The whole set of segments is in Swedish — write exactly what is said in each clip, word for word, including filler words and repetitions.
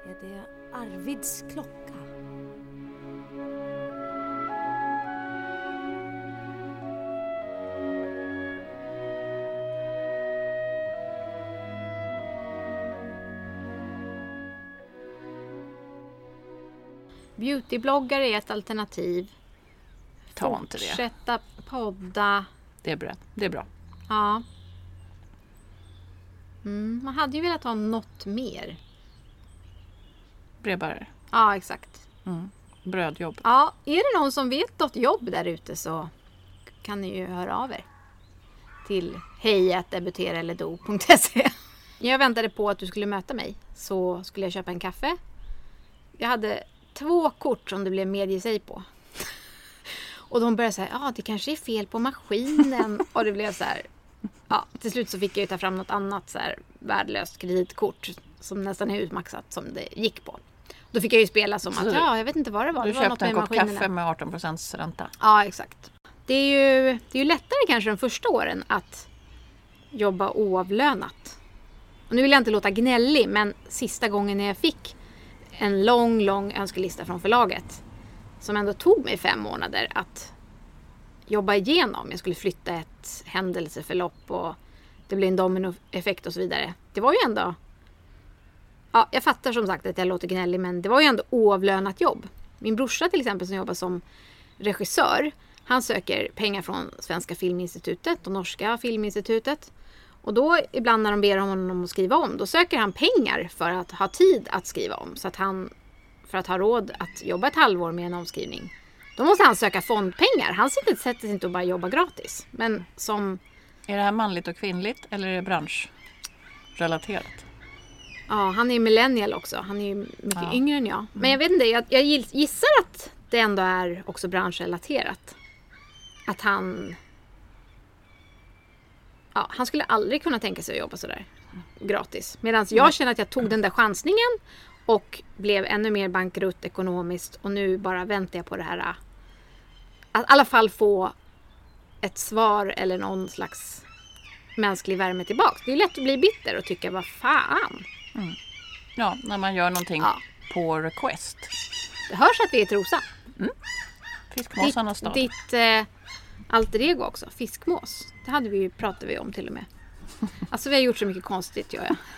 Är det Arvids klocka? Beautybloggare är ett alternativ. Ta inte det. Fortsätta podda. Det är bra. Det är bra. Ja. Mm, man hade ju velat ha något mer. Brevbärare. Ja, exakt. Mm. Brödjobb. Ja, är det någon som vet något jobb där ute så kan ni ju höra av er till hej at debutera eller do punkt se. Jag väntade på att du skulle möta mig, så skulle jag köpa en kaffe. Jag hade två kort som det blev medge sig på. Och de började säga, ja det kanske är fel på maskinen. Och det blev så här, ja till slut så fick jag ju ta fram något annat så här värdelöst kreditkort som nästan är utmaxat som det gick på. Då fick jag ju spela som att, ja jag vet inte vad det var. Du det var köpte något med en kopp maskinerna. kaffe med arton procent ränta. Ja, exakt. Det är ju, det är ju lättare kanske de första åren att jobba oavlönat. Och nu vill jag inte låta gnällig, men sista gången när jag fick en lång, lång önskelista från förlaget som ändå tog mig fem månader att jobba igenom. Jag skulle flytta ett händelseförlopp och det blev en dominoeffekt och så vidare. Det var ju ändå, ja, jag fattar som sagt att jag låter gnällig, men det var ju ändå oavlönat jobb. Min brorsa till exempel som jobbar som regissör, han söker pengar från Svenska Filminstitutet och Norska Filminstitutet. Och då ibland när de ber honom att skriva om, då söker han pengar för att ha tid att skriva om. Så att han, för att ha råd att jobba ett halvår med en omskrivning. Då måste han söka fondpengar. Han sitter inte, sätter sig inte och bara jobba gratis. Men som... Är det här manligt och kvinnligt eller är det branschrelaterat? Ja, han är millennial också. Han är ju mycket Ja. yngre än jag. Men jag vet inte, jag, jag gissar att det ändå är också branschrelaterat. Att han... Ja, han skulle aldrig kunna tänka sig att jobba sådär gratis. Medan jag känner att jag tog den där chansningen och blev ännu mer bankrutt ekonomiskt. Och nu bara väntar jag på det här. Att i alla fall få ett svar eller någon slags mänsklig värme tillbaka. Det är lätt att bli bitter och tycka, vad fan. Mm. Ja, när man gör någonting Ja. på request. Det hörs att vi är Trosa. Fiskmåsarnas Ditt, stad. ditt eh, alter ego också, fiskmås. Det hade vi ju, pratade vi om till och med. Alltså vi har gjort så mycket konstigt, gör jag.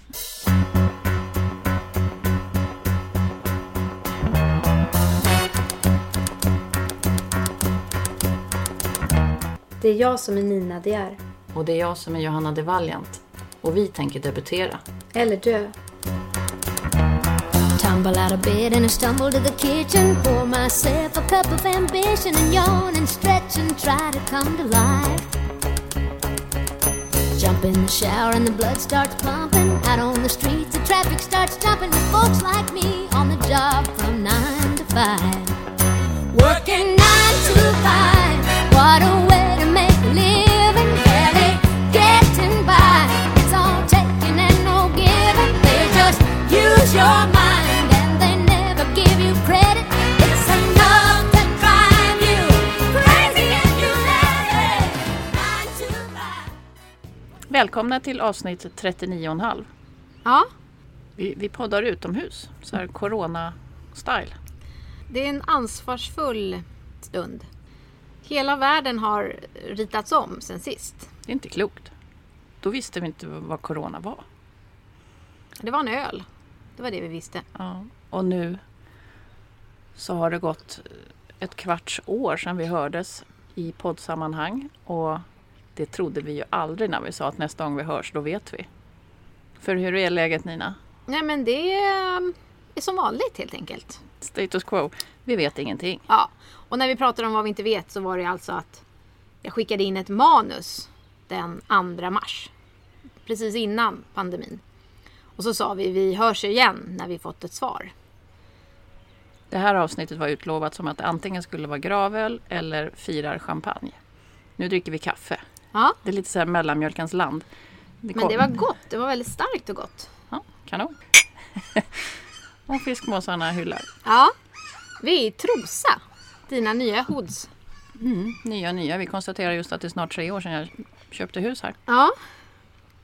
Det är jag som är Nina De är. Och det är jag som är Johanna de Valiant. Och vi tänker debutera. Eller dö. Tumble out of bed and I stumble to the kitchen. Pour myself a cup of ambition and yawn and stretch and try to come to life. Jump in the shower and the blood starts pumping. Out on the streets the traffic starts jumping with folks like me on the job from nine to five. Working nine to five. What a way to make a living. Barely getting by. It's all taking and no giving. They just use your mind. Give you credit, it's enough to drive you crazy and you let it. Nine to five. Välkomna till avsnitt trettionio och en halv. Ja, Vi, vi poddar utomhus, så här corona-style. det är en ansvarsfull stund. Hela världen har ritats om sen sist. Det är inte klokt. Då visste vi inte vad corona var. Det var en öl. Det var det vi visste. Ja. Och nu så har det gått ett kvarts år sedan vi hördes i poddsammanhang. Och det trodde vi ju aldrig när vi sa att nästa gång vi hörs, då vet vi. För hur är läget, Nina? Nej, men det är, är som vanligt helt enkelt. Status quo. Vi vet ingenting. Ja, och när vi pratade om vad vi inte vet så var det alltså att jag skickade in ett manus den andra mars. Precis innan pandemin. Och så sa vi, vi hörs igen när vi fått ett svar. Det här avsnittet var utlovat som att det antingen skulle vara gravöl eller firar champagne. Nu dricker vi kaffe. Ja, Det är lite så här mellanmjölkens land. Det men kom- det var gott. Det var väldigt starkt och gott. Ja, kanon. Och fiskmåsarna hyllar. Ja, vi är i Trosa. Dina nya hoods. Mm, nya, nya. Vi konstaterar just att det är snart tre år sedan jag köpte hus här. Ja.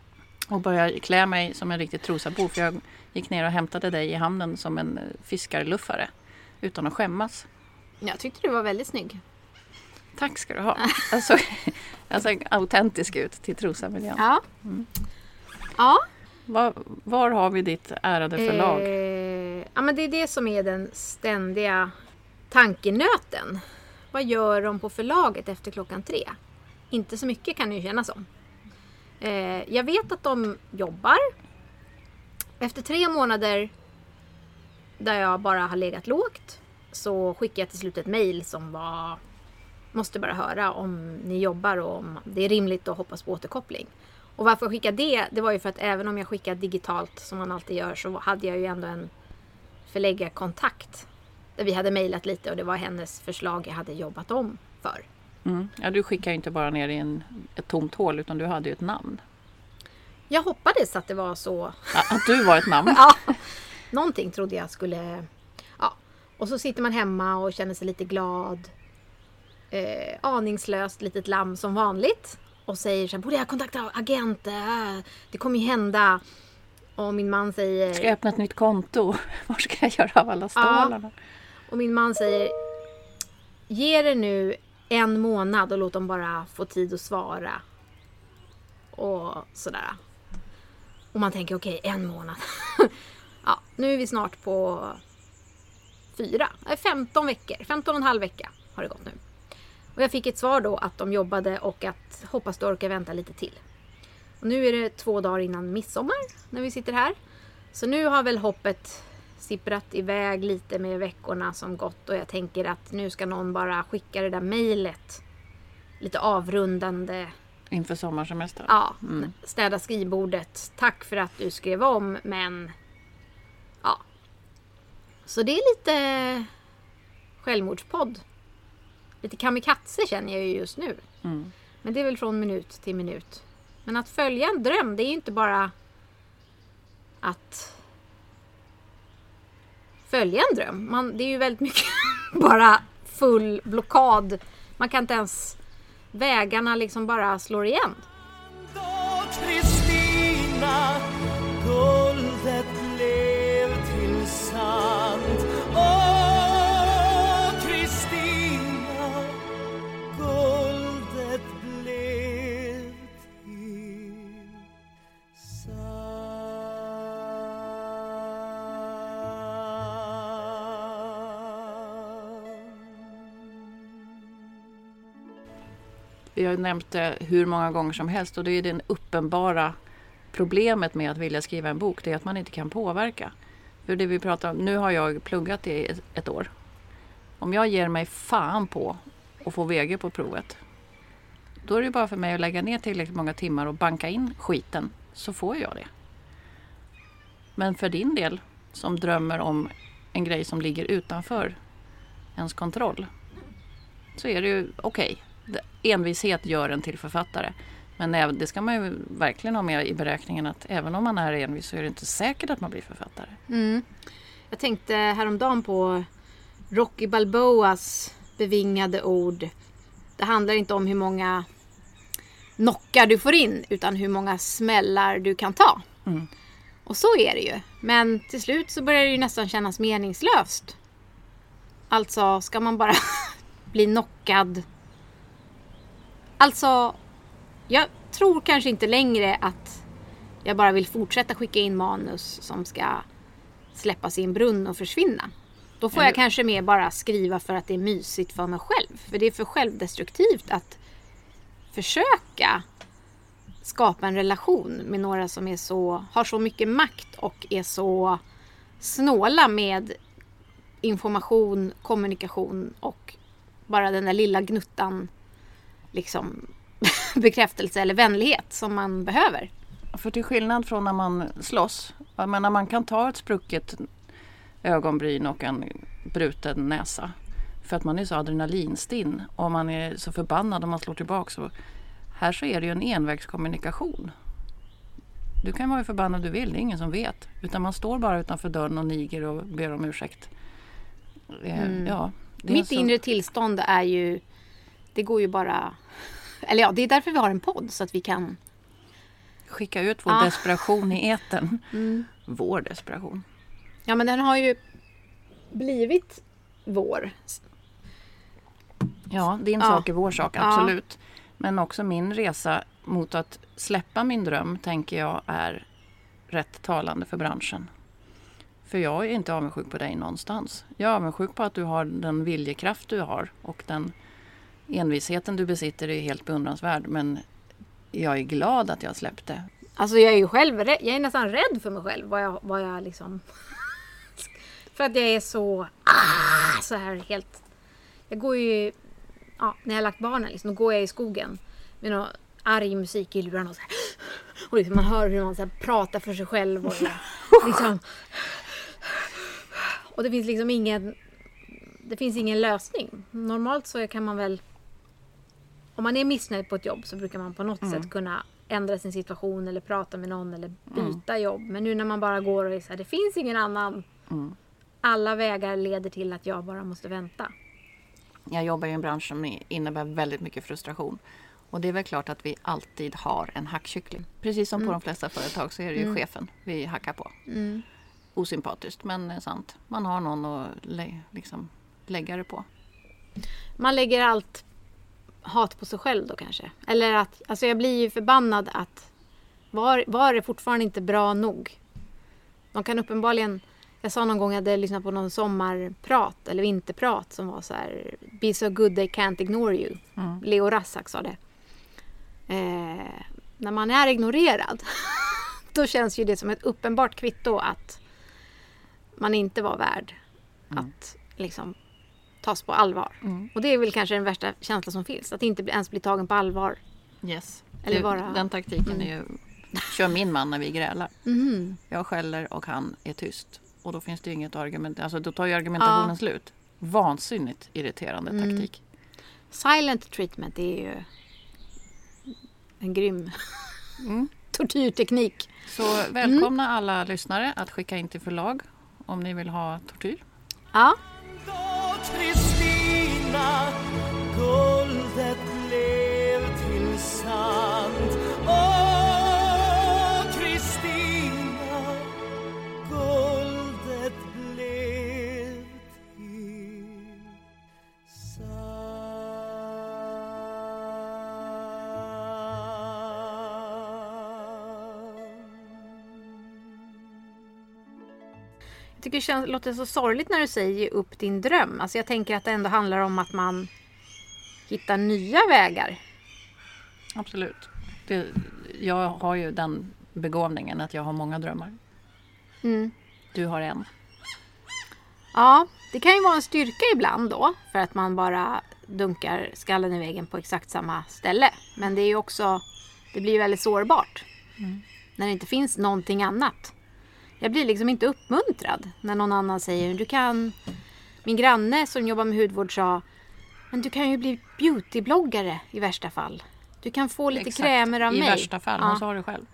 Och började klä mig som en riktigt trosabo. För jag gick ner och hämtade dig i hamnen som en fiskarluffare. Utan att skämmas. Jag tyckte du var väldigt snygg. Tack ska du ha. Jag såg, jag såg autentisk ut till Trosa-miljön. Ja. Mm. Ja. Var, var har vi ditt ärade förlag? Eh, ja, men det är det som är den ständiga tankenöten. Vad gör de på förlaget efter klockan tre? Inte så mycket kan det ju kännas som. Eh, jag vet att de jobbar. Efter tre månader där jag bara har legat lågt så skickade jag till slut ett mejl som var måste bara höra om ni jobbar och om det är rimligt att hoppas på återkoppling. Och varför jag skickade det, det var ju för att även om jag skickade digitalt som man alltid gör så hade jag ju ändå en förläggarkontakt där vi hade mejlat lite och det var hennes förslag jag hade jobbat om för. Mm. Ja, du skickar ju inte bara ner i en, ett tomt hål utan du hade ju ett namn. Jag hoppades att det var så. Ja, att du var ett namn? Ja, någonting trodde jag skulle. Ja. Och så sitter man hemma och känner sig lite glad. Eh, aningslöst litet lamm som vanligt. Och säger så här, borde jag kontakta agent? Det kommer ju hända. Och min man säger. Ska jag öppna ett nytt konto? Var ska jag göra av alla stålarna? Ja. Och min man säger. Ge det nu en månad och låt dem bara få tid att svara. Och sådär. Och man tänker okej, okay, en månad. Ja, nu är vi snart på fyra, femton veckor. femton och en halv vecka har det gått nu. Och jag fick ett svar då att de jobbade och att hoppas du orkar vänta lite till. Och nu är det två dagar innan midsommar när vi sitter här. Så nu har väl hoppet sipprat iväg lite med veckorna som gått. Och jag tänker att nu ska någon bara skicka det där mejlet. Lite avrundande. Inför sommarsemestern? Ja, mm. Städa skrivbordet. Tack för att du skrev om, men ja. Så det är lite självmordspodd. Lite kamikaze känner jag ju just nu. Mm. Men det är väl från minut till minut. Men att följa en dröm, det är ju inte bara att följa en dröm. Man, det är ju väldigt mycket bara full blockad. Man kan inte ens, vägarna liksom bara slår igen. Kristina, guldet blev till sand. Åh, Kristina, guldet blev till sand. Vi har nämnt det hur många gånger som helst och det är det uppenbara problemet med att vilja skriva en bok, det är att man inte kan påverka. För det vi pratar om, nu har jag pluggat i ett, ett år. Om jag ger mig fan på att få V G på provet, då är det bara för mig att lägga ner tillräckligt många timmar och banka in skiten, så får jag det. Men för din del, som drömmer om en grej som ligger utanför ens kontroll, så är det ju okej. Okay. Envishet gör en till författare. Men det ska man ju verkligen ha med i beräkningen att även om man är envis så är det inte säkert att man blir författare. Mm. Jag tänkte häromdagen på Rocky Balboas bevingade ord. Det handlar inte om hur många knockar du får in utan hur många smällar du kan ta. Mm. Och så är det ju. Men till slut så börjar det ju nästan kännas meningslöst. Alltså ska man bara bli knockad. Alltså, jag tror kanske inte längre att jag bara vill fortsätta skicka in manus som ska släppas i en brunn och försvinna. Då får Eller... jag kanske mer bara skriva för att det är mysigt för mig själv. För det är för självdestruktivt att försöka skapa en relation med några som är så, har så mycket makt och är så snåla med information, kommunikation och bara den där lilla gnuttan liksom bekräftelse eller vänlighet som man behöver. För till skillnad från när man slåss, jag menar, man kan ta ett sprucket ögonbryn och en bruten näsa för att man är så adrenalinstinn och man är så förbannad om man slår tillbaka. Så här så är det ju en envägskommunikation. Du kan vara hur förbannad du vill, det är ingen som vet. Utan man står bara utanför dörren och niger och ber om ursäkt. Mm. Ja, mitt så... inre tillstånd är ju, det går ju bara, eller ja, det är därför vi har en podd så att vi kan skicka ut vår Ja. desperation i etern. Mm. Vår desperation. Ja, men den har ju blivit vår. Ja, din Ja. sak är vår sak, Ja. absolut. Men också min resa mot att släppa min dröm tänker jag är rätt talande för branschen. För jag är inte avundsjuk på dig någonstans. Jag är avundsjuk på att du har den viljekraft du har och den envisheten du besitter är helt beundransvärd. Men jag är glad att jag släppte. Alltså jag är ju själv rädd, jag är nästan rädd för mig själv. Vad jag, vad jag liksom... för att jag är så... Ah, så här helt... Jag går ju... Ja, när jag har lagt barnen liksom, då går jag i skogen med någon arg musik i lurarna och så här. Och liksom man hör hur man så här pratar för sig själv och liksom... Och det finns liksom ingen... Det finns ingen lösning. Normalt så kan man väl... Om man är missnöjd på ett jobb så brukar man på något Mm. sätt kunna ändra sin situation eller prata med någon eller byta jobb. Men nu när man bara går och är så här, det finns ingen annan. Mm. Alla vägar leder till att jag bara måste vänta. Jag jobbar i en bransch som innebär väldigt mycket frustration. Och det är väl klart att vi alltid har en hackkyckling. Precis som på de flesta företag så är det ju chefen vi hackar på. Mm. Osympatiskt men sant. Man har någon att lä- liksom lägga det på. Man lägger allt hat på sig själv då kanske. Eller att, alltså jag blir ju förbannad att var, var det fortfarande inte bra nog? De kan uppenbarligen, jag sa någon gång att jag hade lyssnat på någon sommarprat eller vinterprat som var så här: be so good they can't ignore you. Mm. Leo Rassak sa det. Eh, när man är ignorerad då känns ju det som ett uppenbart kvitto att man inte var värd Mm. att liksom tas på allvar. Mm. Och det är väl kanske den värsta känslan som finns. Att inte ens bli tagen på allvar. Yes. Eller det, bara- Den taktiken är ju, kör min man när vi grälar. Mm. Jag skäller och han är tyst. Och då finns det ju inget argument. Alltså då tar ju argumentationen Ja. slut. Vansinnigt irriterande Mm. taktik. Silent treatment är ju en grym Mm. tortyrteknik. Så välkomna alla lyssnare att skicka in till förlag om ni vill ha tortyr. Ja. Då Kristina guldet blev till sand. Åh Kristina guldet blev till Jag tycker det känns, låter så sorgligt när du säger ge upp din dröm. Alltså jag tänker att det ändå handlar om att man hittar nya vägar. Absolut. Det, jag har ju den begåvningen att jag har många drömmar. Mm. Du har en. Ja, det kan ju vara en styrka ibland då. För att man bara dunkar skallen i väggen på exakt samma ställe. Men det är ju också, det blir väldigt sårbart. Mm. När det inte finns någonting annat. Jag blir liksom inte uppmuntrad när någon annan säger, du kan, min granne som jobbar med hudvård sa, men du kan ju bli beautybloggare i värsta fall. Du kan få lite Exakt. krämer av I mig. värsta fall, Ja. hon sa det själv.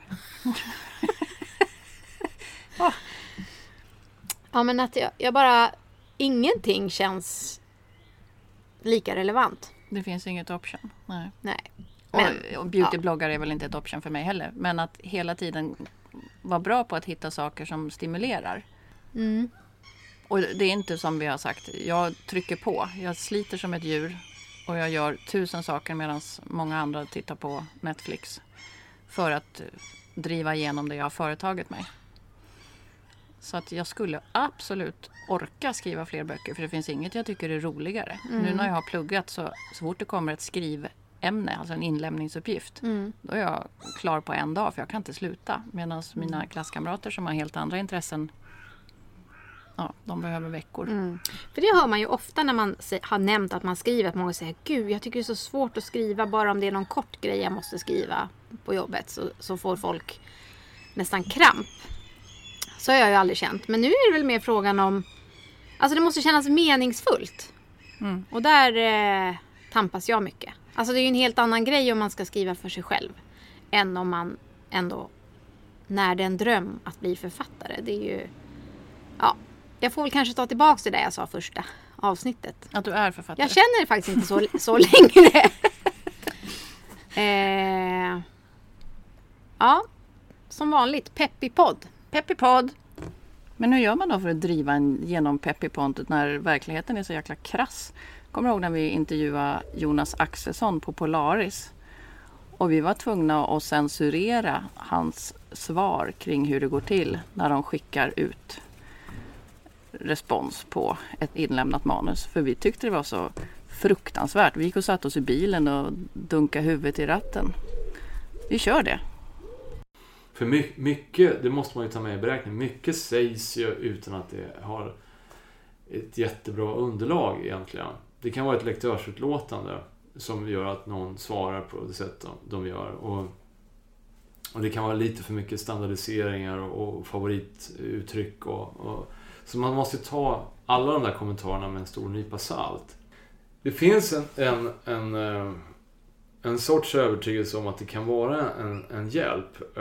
Ja, men att jag, jag bara, ingenting känns lika relevant. Det finns inget option. Nej. Nej. Men, Men, och beautybloggar är väl inte ett option för mig heller. Men att hela tiden vara bra på att hitta saker som stimulerar. Mm. Och det är inte som vi har sagt. Jag trycker på. Jag sliter som ett djur. Och jag gör tusen saker medan många andra tittar på Netflix. För att driva igenom det jag har företagit mig. Så att jag skulle absolut orka skriva fler böcker. För det finns inget jag tycker är roligare. Mm. Nu när jag har pluggat så, så fort det kommer ett skrivämne, alltså en inlämningsuppgift. Mm. Då är jag klar på en dag för jag kan inte sluta. Medan Mm. mina klasskamrater som har helt andra intressen, ja, de behöver veckor. Mm. För det hör man ju ofta när man se- har nämnt att man skriver. Att många säger, gud jag tycker det är så svårt att skriva. Bara om det är någon kort grej jag måste skriva på jobbet. Så, så får folk nästan kramp. Så har jag ju aldrig känt. Men nu är det väl mer frågan om, alltså det måste kännas meningsfullt. Mm. Och där eh, tampas jag mycket. Alltså det är ju en helt annan grej om man ska skriva för sig själv. Än om man ändå när det är en dröm att bli författare. Det är ju, ja, jag får väl kanske ta tillbaka det där jag sa första avsnittet. Att du är författare. Jag känner det faktiskt inte så, så längre. eh, ja, som vanligt, peppig podd. Peppig podd. Men hur gör man då för att driva en genom peppig podd när verkligheten är så jäkla krass? Kommer du ihåg när vi intervjuade Jonas Axelsson på Polaris? Och vi var tvungna att censurera hans svar kring hur det går till när de skickar ut respons på ett inlämnat manus. För vi tyckte det var så fruktansvärt. Vi gick och satt oss i bilen och dunkade huvudet i ratten. Vi kör det. För my- mycket, det måste man ju ta med i beräkning, mycket sägs ju utan att det har ett jättebra underlag egentligen. Det kan vara ett lektörsutlåtande som gör att någon svarar på det sätt de, de gör. Och, och det kan vara lite för mycket standardiseringar och, och favorituttryck. Och, och, så man måste ta alla de där kommentarerna med en stor nypa salt. Det finns en, en, en, en sorts övertygelse om att det kan vara en, en hjälp.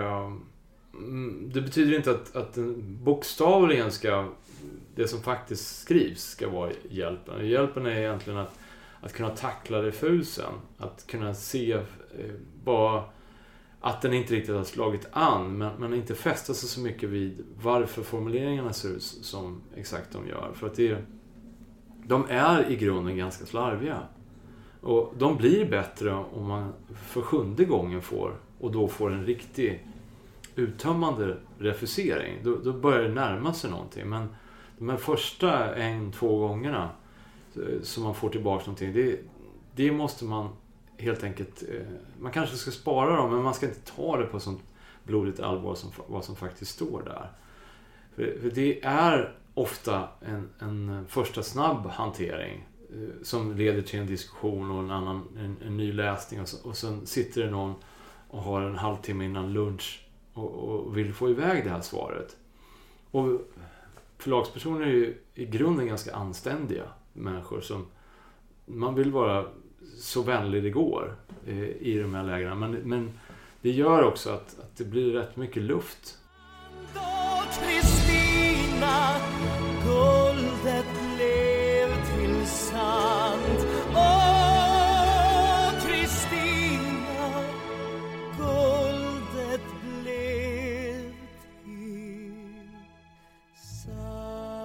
Det betyder inte att, att den bokstavligen ska, det som faktiskt skrivs ska vara hjälpen. Hjälpen är egentligen att, att kunna tackla refusen. Att kunna se eh, bara att den inte riktigt har slagit an. Men, men inte fästa sig så mycket vid varför formuleringarna ser ut som exakt de gör. För att det är, de är i grunden ganska slarviga. Och de blir bättre om man för sjunde gången får, och då får en riktig uttömmande refusering. Då, då börjar det närma sig någonting. Men de här första en, två gångerna som man får tillbaka någonting, det, det måste man helt enkelt, man kanske ska spara dem, men man ska inte ta det på sånt blodigt allvar som vad som faktiskt står där. För, för det är ofta en, en första snabb hantering som leder till en diskussion och en annan en, en ny läsning, och, så, och sen sitter det någon och har en halvtimme innan lunch och, och vill få iväg det här svaret. Och förlagspersoner är ju i grunden ganska anständiga människor som man vill vara så vänlig det går eh, i de här lägena, men, men det gör också att, att det blir rätt mycket luft. Kristina, guldet blev till sand. Åh, Kristina, guldet blev till sand.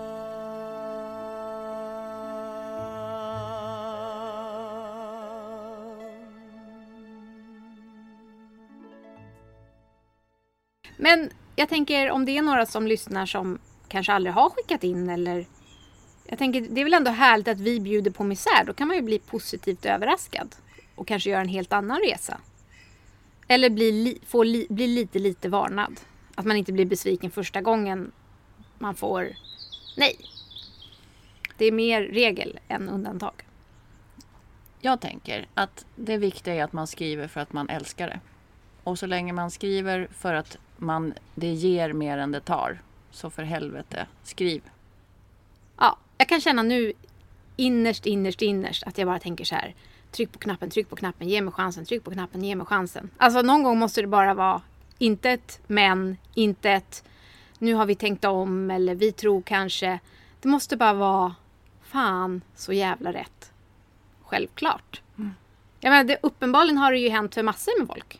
Men jag tänker, om det är några som lyssnar som kanske aldrig har skickat in, eller jag tänker, det är väl ändå härligt att vi bjuder på misär. Då kan man ju bli positivt överraskad och kanske göra en helt annan resa. Eller bli, li, få li, bli lite, lite varnad. Att man inte blir besviken första gången man får nej. Det är mer regel än undantag. Jag tänker att det viktiga är att man skriver för att man älskar det. Och så länge man skriver för att man, det ger mer än det tar, så för helvete, skriv. Ja, jag kan känna nu innerst, innerst, innerst att jag bara tänker så här: tryck på knappen, tryck på knappen, ge mig chansen, tryck på knappen, ge mig chansen. Alltså någon gång måste det bara vara inte ett men, inte ett nu har vi tänkt om, eller vi tror kanske. Det måste bara vara fan så jävla rätt. Självklart. Mm. Jag menar, det, uppenbarligen har det ju hänt för massor med folk.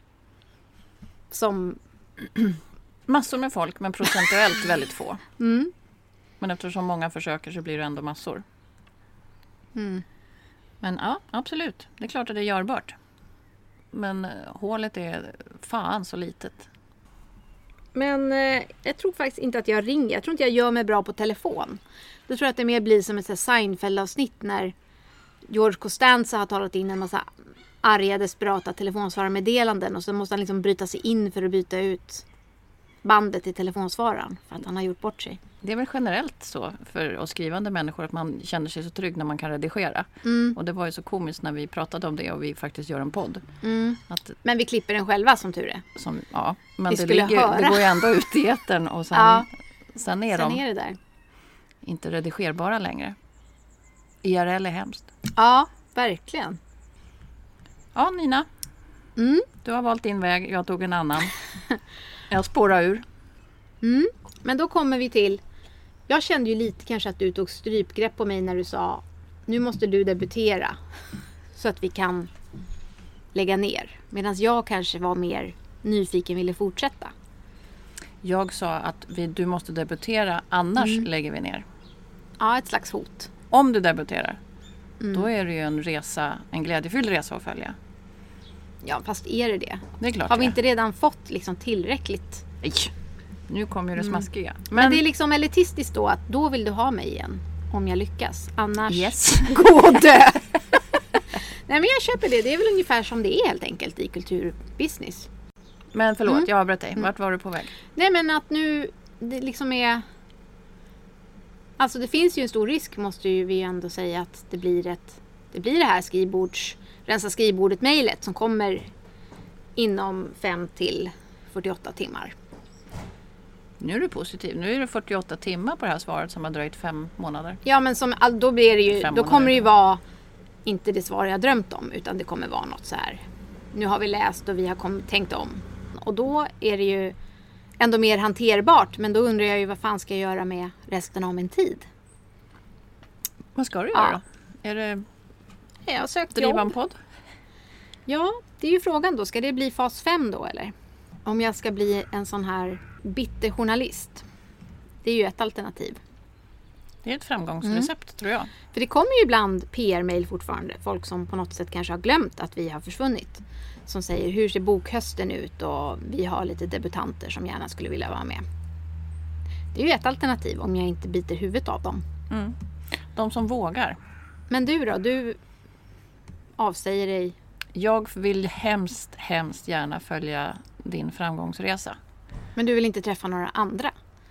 Som massor med folk, men procentuellt väldigt få. Mm. Men eftersom många försöker så blir det ändå massor. Mm. Men ja, absolut. Det är klart att det är görbart. Men hålet är fan så litet. Men eh, jag tror faktiskt inte att jag ringer. Jag tror inte jag gör mig bra på telefon. Jag tror att det mer blir som ett Seinfeld-avsnitt när George Costanza har talat in en massa arga, desperata telefonsvararmeddelanden, och så måste han liksom bryta sig in för att byta ut bandet i telefonsvararen för att han har gjort bort sig. Det är väl generellt så för oss skrivande människor att man känner sig så trygg när man kan redigera. Mm. Och det var ju så komiskt när vi pratade om det och vi faktiskt gör en podd. Mm. Att, men vi klipper den själva som tur är. Som, ja, men det, ligger, det går ju ändå ut i etern och sen, ja. sen är sen de är det där. Inte redigerbara längre. I R L är hemskt. Ja, verkligen. Ja, Nina. Mm. Du har valt din väg, jag tog en annan. Jag spårar ur. Mm. Men då kommer vi till... Jag kände ju lite kanske att du tog strypgrepp på mig när du sa nu måste du debutera så att vi kan lägga ner. Medan jag kanske var mer nyfiken, ville fortsätta. Jag sa att vi, du måste debutera, annars Mm. lägger vi ner. Ja, ett slags hot. Om du debuterar, Mm. då är det ju en resa, en glädjefylld resa att följa. Ja, fast är det det? Det är klart Har vi det är. inte redan fått liksom tillräckligt? Nej, nu kommer ju det smaskiga. Men, Men det är liksom elitistiskt då att då vill du ha mig igen. Om jag lyckas. Annars Yes. gå och dö. Nej, men jag köper det. Det är väl ungefär som det är helt enkelt i kulturbusiness. Men förlåt, Mm. jag avbröt dig. Vart var du på väg? Nej, men att nu det liksom är... Alltså det finns ju en stor risk, måste ju vi ändå säga, att det blir ett... Det blir det här skrivbords... Rensa skrivbordet-mejlet som kommer inom fem till fyrtioåtta timmar. Nu är du positiv. Nu är det fyrtioåtta timmar på det här svaret som har dröjt fem månader. Ja, men som, all- då blir det ju... Fem Då månader. kommer det ju vara inte det svar jag drömt om, utan det kommer vara något så här. Nu har vi läst och vi har kom, tänkt om. Och då är det ju ändå mer hanterbart. Men då undrar jag ju vad fan ska jag göra med resten av min tid? Vad ska du Ja. göra då? Är det Jag har sökt driva jobb. en podd? Ja, det är ju frågan då. Ska det bli fas fem då eller? Om jag ska bli en sån här bitterjournalist. Det är ju ett alternativ. Det är ett framgångsrecept Mm. tror jag. För det kommer ju ibland P R-mail fortfarande. Folk som på något sätt kanske har glömt att vi har försvunnit. Som säger, hur ser bokhösten ut? Och vi har lite debutanter som gärna skulle vilja vara med. Det är ju ett alternativ om jag inte biter huvudet av dem. Mm. De som vågar. Men du då? Du avsäger dig. Jag vill hemskt, hemskt gärna följa din framgångsresa. Men du vill inte träffa några andra.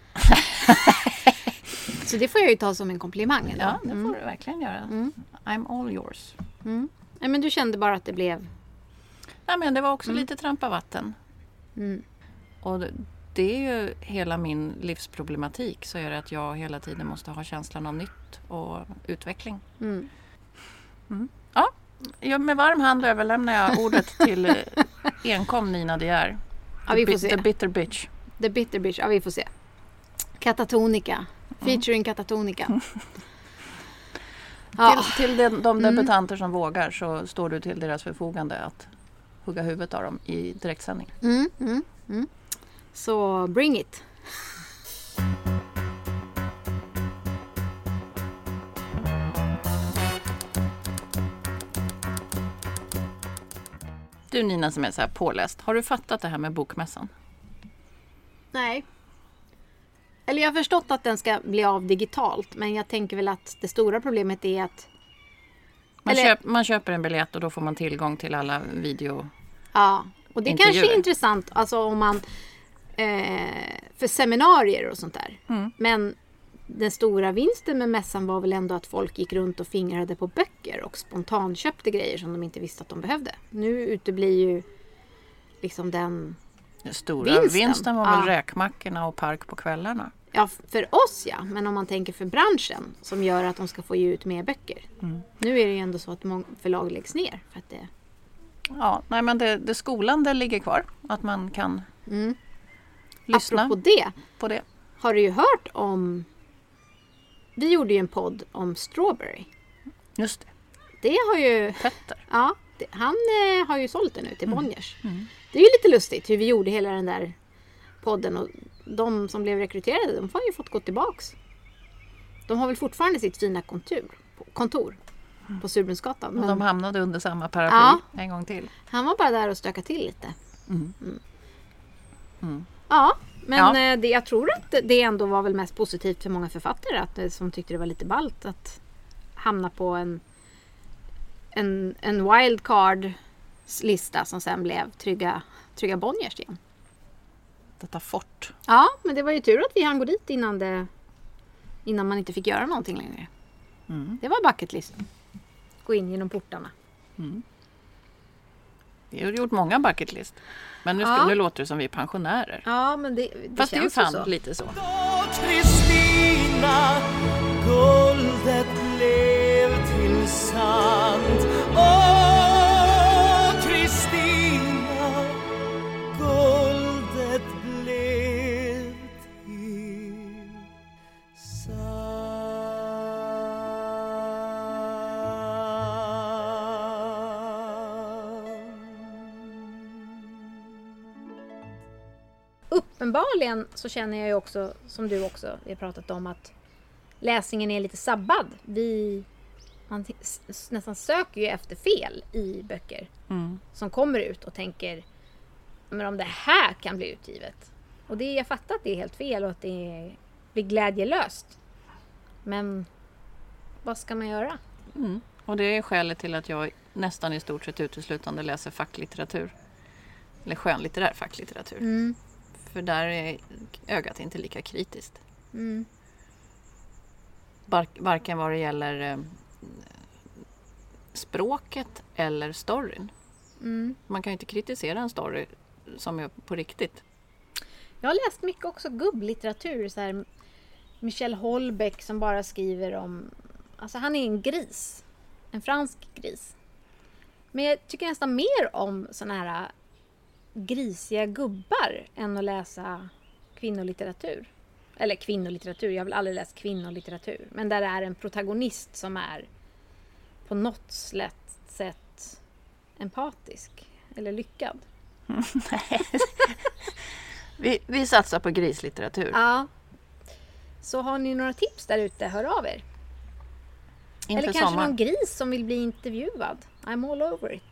Så det får jag ju ta som en komplimang ändå. Ja, det får Mm. du verkligen göra. Mm. I'm all yours. Mm. Nej, men du kände bara att det blev... Nej, men det var också Mm. lite trampa vatten. Mm. Och det- det är ju hela min livsproblematik, så är det att jag hela tiden måste ha känslan av nytt och utveckling. Mm. Ja, jag, med varm hand överlämnar jag ordet till eh, enkom Nina De Geer. Ja, vi får The, se. the bitter bitch. The Bitter Bitch, ja vi får se. Katatonica. Featuring Katatonica. Ja. Till, till de, de Mm. debutanter som vågar så står du till deras förfogande att hugga huvudet av dem i direktsändning. Mm, mm, mm. Så bring it. Du Nina som är så här påläst, har du fattat det här med bokmässan? Nej. Eller jag har förstått att den ska bli av digitalt. Men jag tänker väl att det stora problemet är att... Man, Eller- köp, man köper en biljett och då får man tillgång till alla video. Ja, och det Intervjuer. kanske är intressant. Alltså om man... Eh, för seminarier och sånt där. Mm. Men den stora vinsten med mässan var väl ändå att folk gick runt och fingrade på böcker och spontanköpte grejer som de inte visste att de behövde. Nu uteblir ju liksom den... Den stora Vinsten. vinsten, var väl Ja. räkmackorna och park på kvällarna. Ja, för oss ja. Men om man tänker för branschen som gör att de ska få ge ut mer böcker. Mm. Nu är det ju ändå så att många förlag läggs ner. För att det... Ja, nej men det, det skolan det ligger kvar. Att man kan mm. lyssna Apropå det. på det. Har du ju hört om... Vi gjorde ju en podd om Strawberry. Just det, Det har ju... Petter. Ja, det, han eh, har ju sålt den nu till Bonniers. Mm. Det är ju lite lustigt hur vi gjorde hela den där podden. Och de som blev rekryterade, de har ju fått gå tillbaks. De har väl fortfarande sitt fina kontor, kontor på Surbrunnsgatan. Och Men de hamnade under samma paraply Ja. en gång till. han var bara där och stökade till lite. Mm. Mm. Ja, men Ja. eh, Det, jag tror att det ändå var väl mest positivt för många författare. Att, eh, som tyckte det var lite ballt att hamna på en, en, en wildcard-lista som sen blev trygga, trygga Bonniers igen. Detta fort. Ja, men det var ju tur att vi hann gå dit innan, det, innan man inte fick göra någonting längre. Mm. Det var bucket list. Gå in genom portarna. Vi har gjort många bucket list. Men nu, ska, Ja. nu låter det som vi är pensionärer. Ja, men det, det Fast det är ju känns ju fan så. lite så. Då Kristina guldet blev till sand. Åh Kristina guldet blev till sand. uppenbarligen så känner jag ju också, som du också har pratat om, att läsningen är lite sabbad. Vi man t- s- nästan söker ju efter fel i böcker Mm. som kommer ut och tänker, men om det här kan bli utgivet. Och det, jag fattar att det är helt fel och att det är, blir glädjelöst. Men vad ska man göra? Mm. Och det är skälet till att jag nästan i stort sett uteslutande läser facklitteratur. Eller skönlitterär facklitteratur. Mm. För där är ögat inte lika kritiskt. Mm. Var, varken vad det gäller eh, språket eller storyn. Mm. Man kan ju inte kritisera en story som är på riktigt. Jag har läst mycket också gubblitteratur. Så här Michel Houellebecq som bara skriver om... Alltså han är en gris. En fransk gris. Men jag tycker nästan mer om såna här grisiga gubbar än att läsa kvinnolitteratur. Eller kvinnolitteratur. Jag har väl aldrig läst kvinnolitteratur. Men där det är en protagonist som är på något slätt sätt empatisk. Eller lyckad. vi, vi satsar på grislitteratur. Ja. Så har ni några tips där ute, hör av er. Inför Eller kanske sommaren. någon gris som vill bli intervjuad. I'm all over it.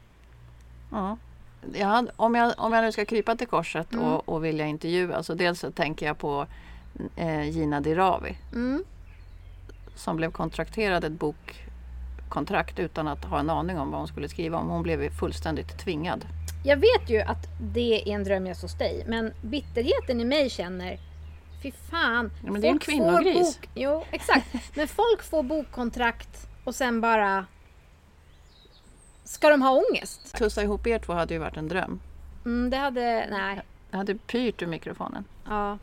Ja. Jag hade, om, jag, om jag nu ska krypa till korset Mm. och, och vilja intervjua, så dels så tänker jag på eh, Gina Dirawi Mm. som blev kontrakterad ett bokkontrakt utan att ha en aning om vad hon skulle skriva om. Hon blev fullständigt tvingad. Jag vet ju att det är en dröm jag hos dig. Men bitterheten i mig känner, fy fan. Ja, men det är en folk får kvinnogris. Bok, jo, exakt. Men folk får bokkontrakt och sen bara... Ska de ha ångest? Tussa ihop er två hade ju varit en dröm. Mm, det hade... Nej. Jag hade pyrt ur mikrofonen. Ja.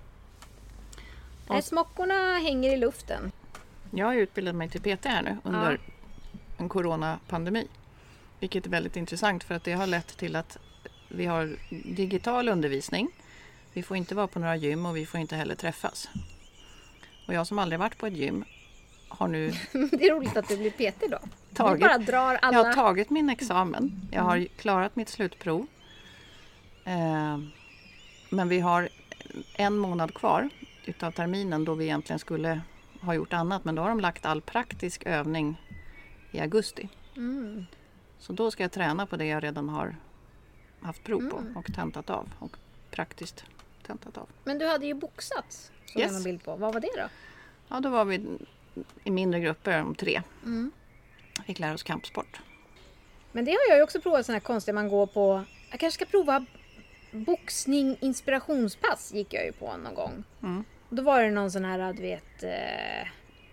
Nej, smockorna hänger i luften. Jag har utbildat mig till P T här nu under Ja. en coronapandemi. Vilket är väldigt intressant för att det har lett till att vi har digital undervisning. Vi får inte vara på några gym och vi får inte heller träffas. Och jag som aldrig varit på ett gym har nu Det är roligt att du blir P T då. tagit, Du bara drar alla... jag har tagit min examen. Jag har klarat mitt slutprov. Eh, men vi har en månad kvar utav terminen då vi egentligen skulle ha gjort annat. Men då har de lagt all praktisk övning i augusti. Mm. Så då ska jag träna på det jag redan har haft prov på Mm. och tentat av. Och praktiskt tentat av. Men du hade ju boxats. Som Yes. jag har en bild på. Vad var det då? Ja, då var vi i mindre grupper om tre. Mm. Fick lära oss kampsport. Men det har jag ju också provat, sådana här konstiga man går på. Jag kanske ska prova boxning inspirationspass, gick jag ju på någon gång. Mm. Då var det någon sån här, du vet, eh,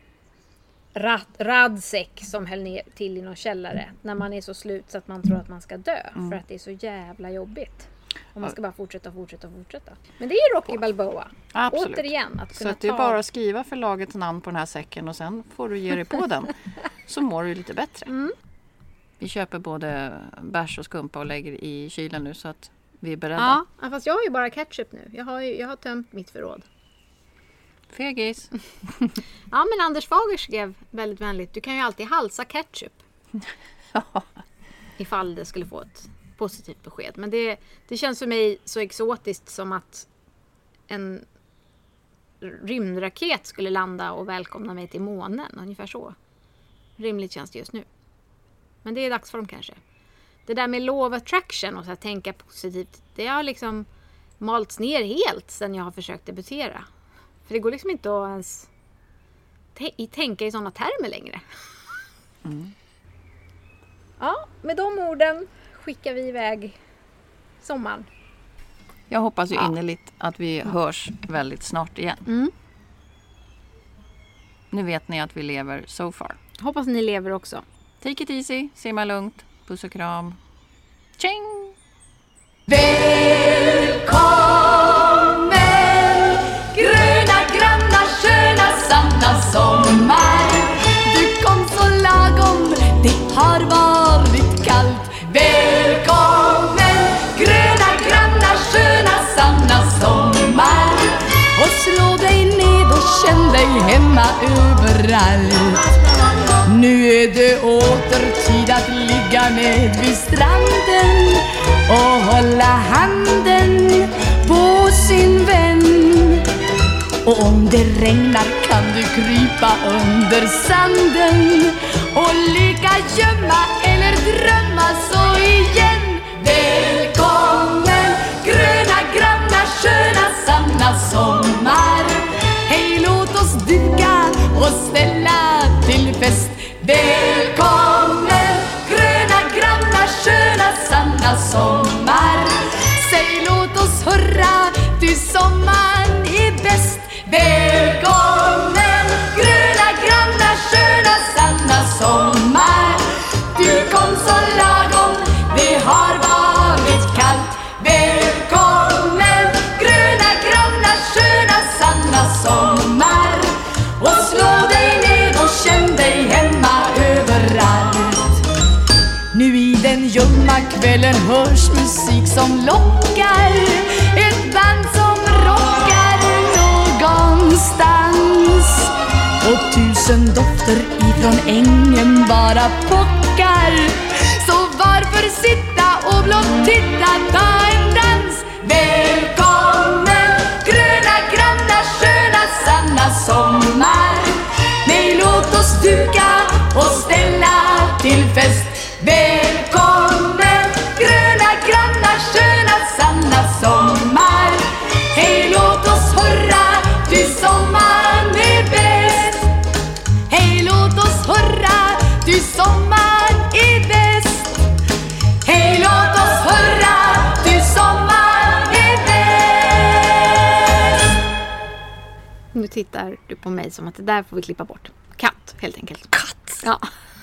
rad, radsäck som höll ner till i någon källare. När man är så slut så att man tror att man ska dö. Mm. För att det är så jävla jobbigt. Och man Ja. ska bara fortsätta och fortsätta och fortsätta. Men det är ju Rocky Balboa. Absolut. Återigen, att Så kunna att det är ta... bara att skriva förlagets namn på den här säcken och sen får du ge dig på den. Så mår du lite bättre. Mm. Vi köper både bärs och skumpa och lägger i kylen nu så att vi är beredda. Ja, ja, fast jag har ju bara ketchup nu. Jag har, ju, jag har tömt mitt förråd. Fegis. Ja, men Anders Fager skrev väldigt vänligt. Du kan ju alltid halsa ketchup. Ifall det skulle få ett positivt besked. Men det, det känns för mig så exotiskt som att en rymdraket skulle landa och välkomna mig till månen. Ungefär så. Rimligt känns det just nu. Men det är dags för dem kanske. Det där med law of attraction och så här, tänka positivt. Det har liksom malts ner helt sen jag har försökt debutera. För det går liksom inte att ens t- tänka i sådana termer längre. Mm. Ja, med de orden skickar vi iväg sommaren. Jag hoppas ju Ja. innerligt att vi hörs väldigt snart igen. Mm. Nu vet ni att vi lever so far. Hoppas ni lever också. Take it easy, simma lugnt, puss och kram. Tjing! Välkommen, gröna, granna, sköna, sanna sommar. Du kom så lagom, det har varit kallt. Välkommen, gröna, granna, sköna, sanna sommar. Och slå dig ned och känn dig hemma överallt. Nu är det åter tid att ligga ned vid stranden och hålla handen på sin Om det regnar kan du krypa under sanden och leka gömma eller drömma så igen. Välkommen gröna granna, sköna sanna sommar. Hej, låt oss duka och ställa till fest. Välkommen gröna granna, sköna sanna sommar. Säg låt oss hurra, ty sommaren är bäst. Välkommen gröna granna, sköna sanna sommar. Du kom så lagom, det har varit kallt. Välkommen gröna granna, sköna sanna sommar. Och slå dig ned och känn dig hemma överallt. Nu i den ljumma kvällen hörs musik som lockar. Ett band som rockar någonstans. Och tusen dofter ifrån ängen bara pockar. Så varför sitta och blott titta, ta en dans. Välkommen gröna granna, sköna sanna sommar. Nej, låt oss duka och ställa till fest. Välkommen gröna granna, sköna sanna sommar. Hej, låt oss hurra, ty sommaren är bäst. Hej, låt oss hurra, ty sommaren är bäst. Hej, låt oss hurra, ty sommaren är bäst. Nu tittar du på mig som att det där får vi klippa bort. Katt, helt enkelt. Katt! Ja.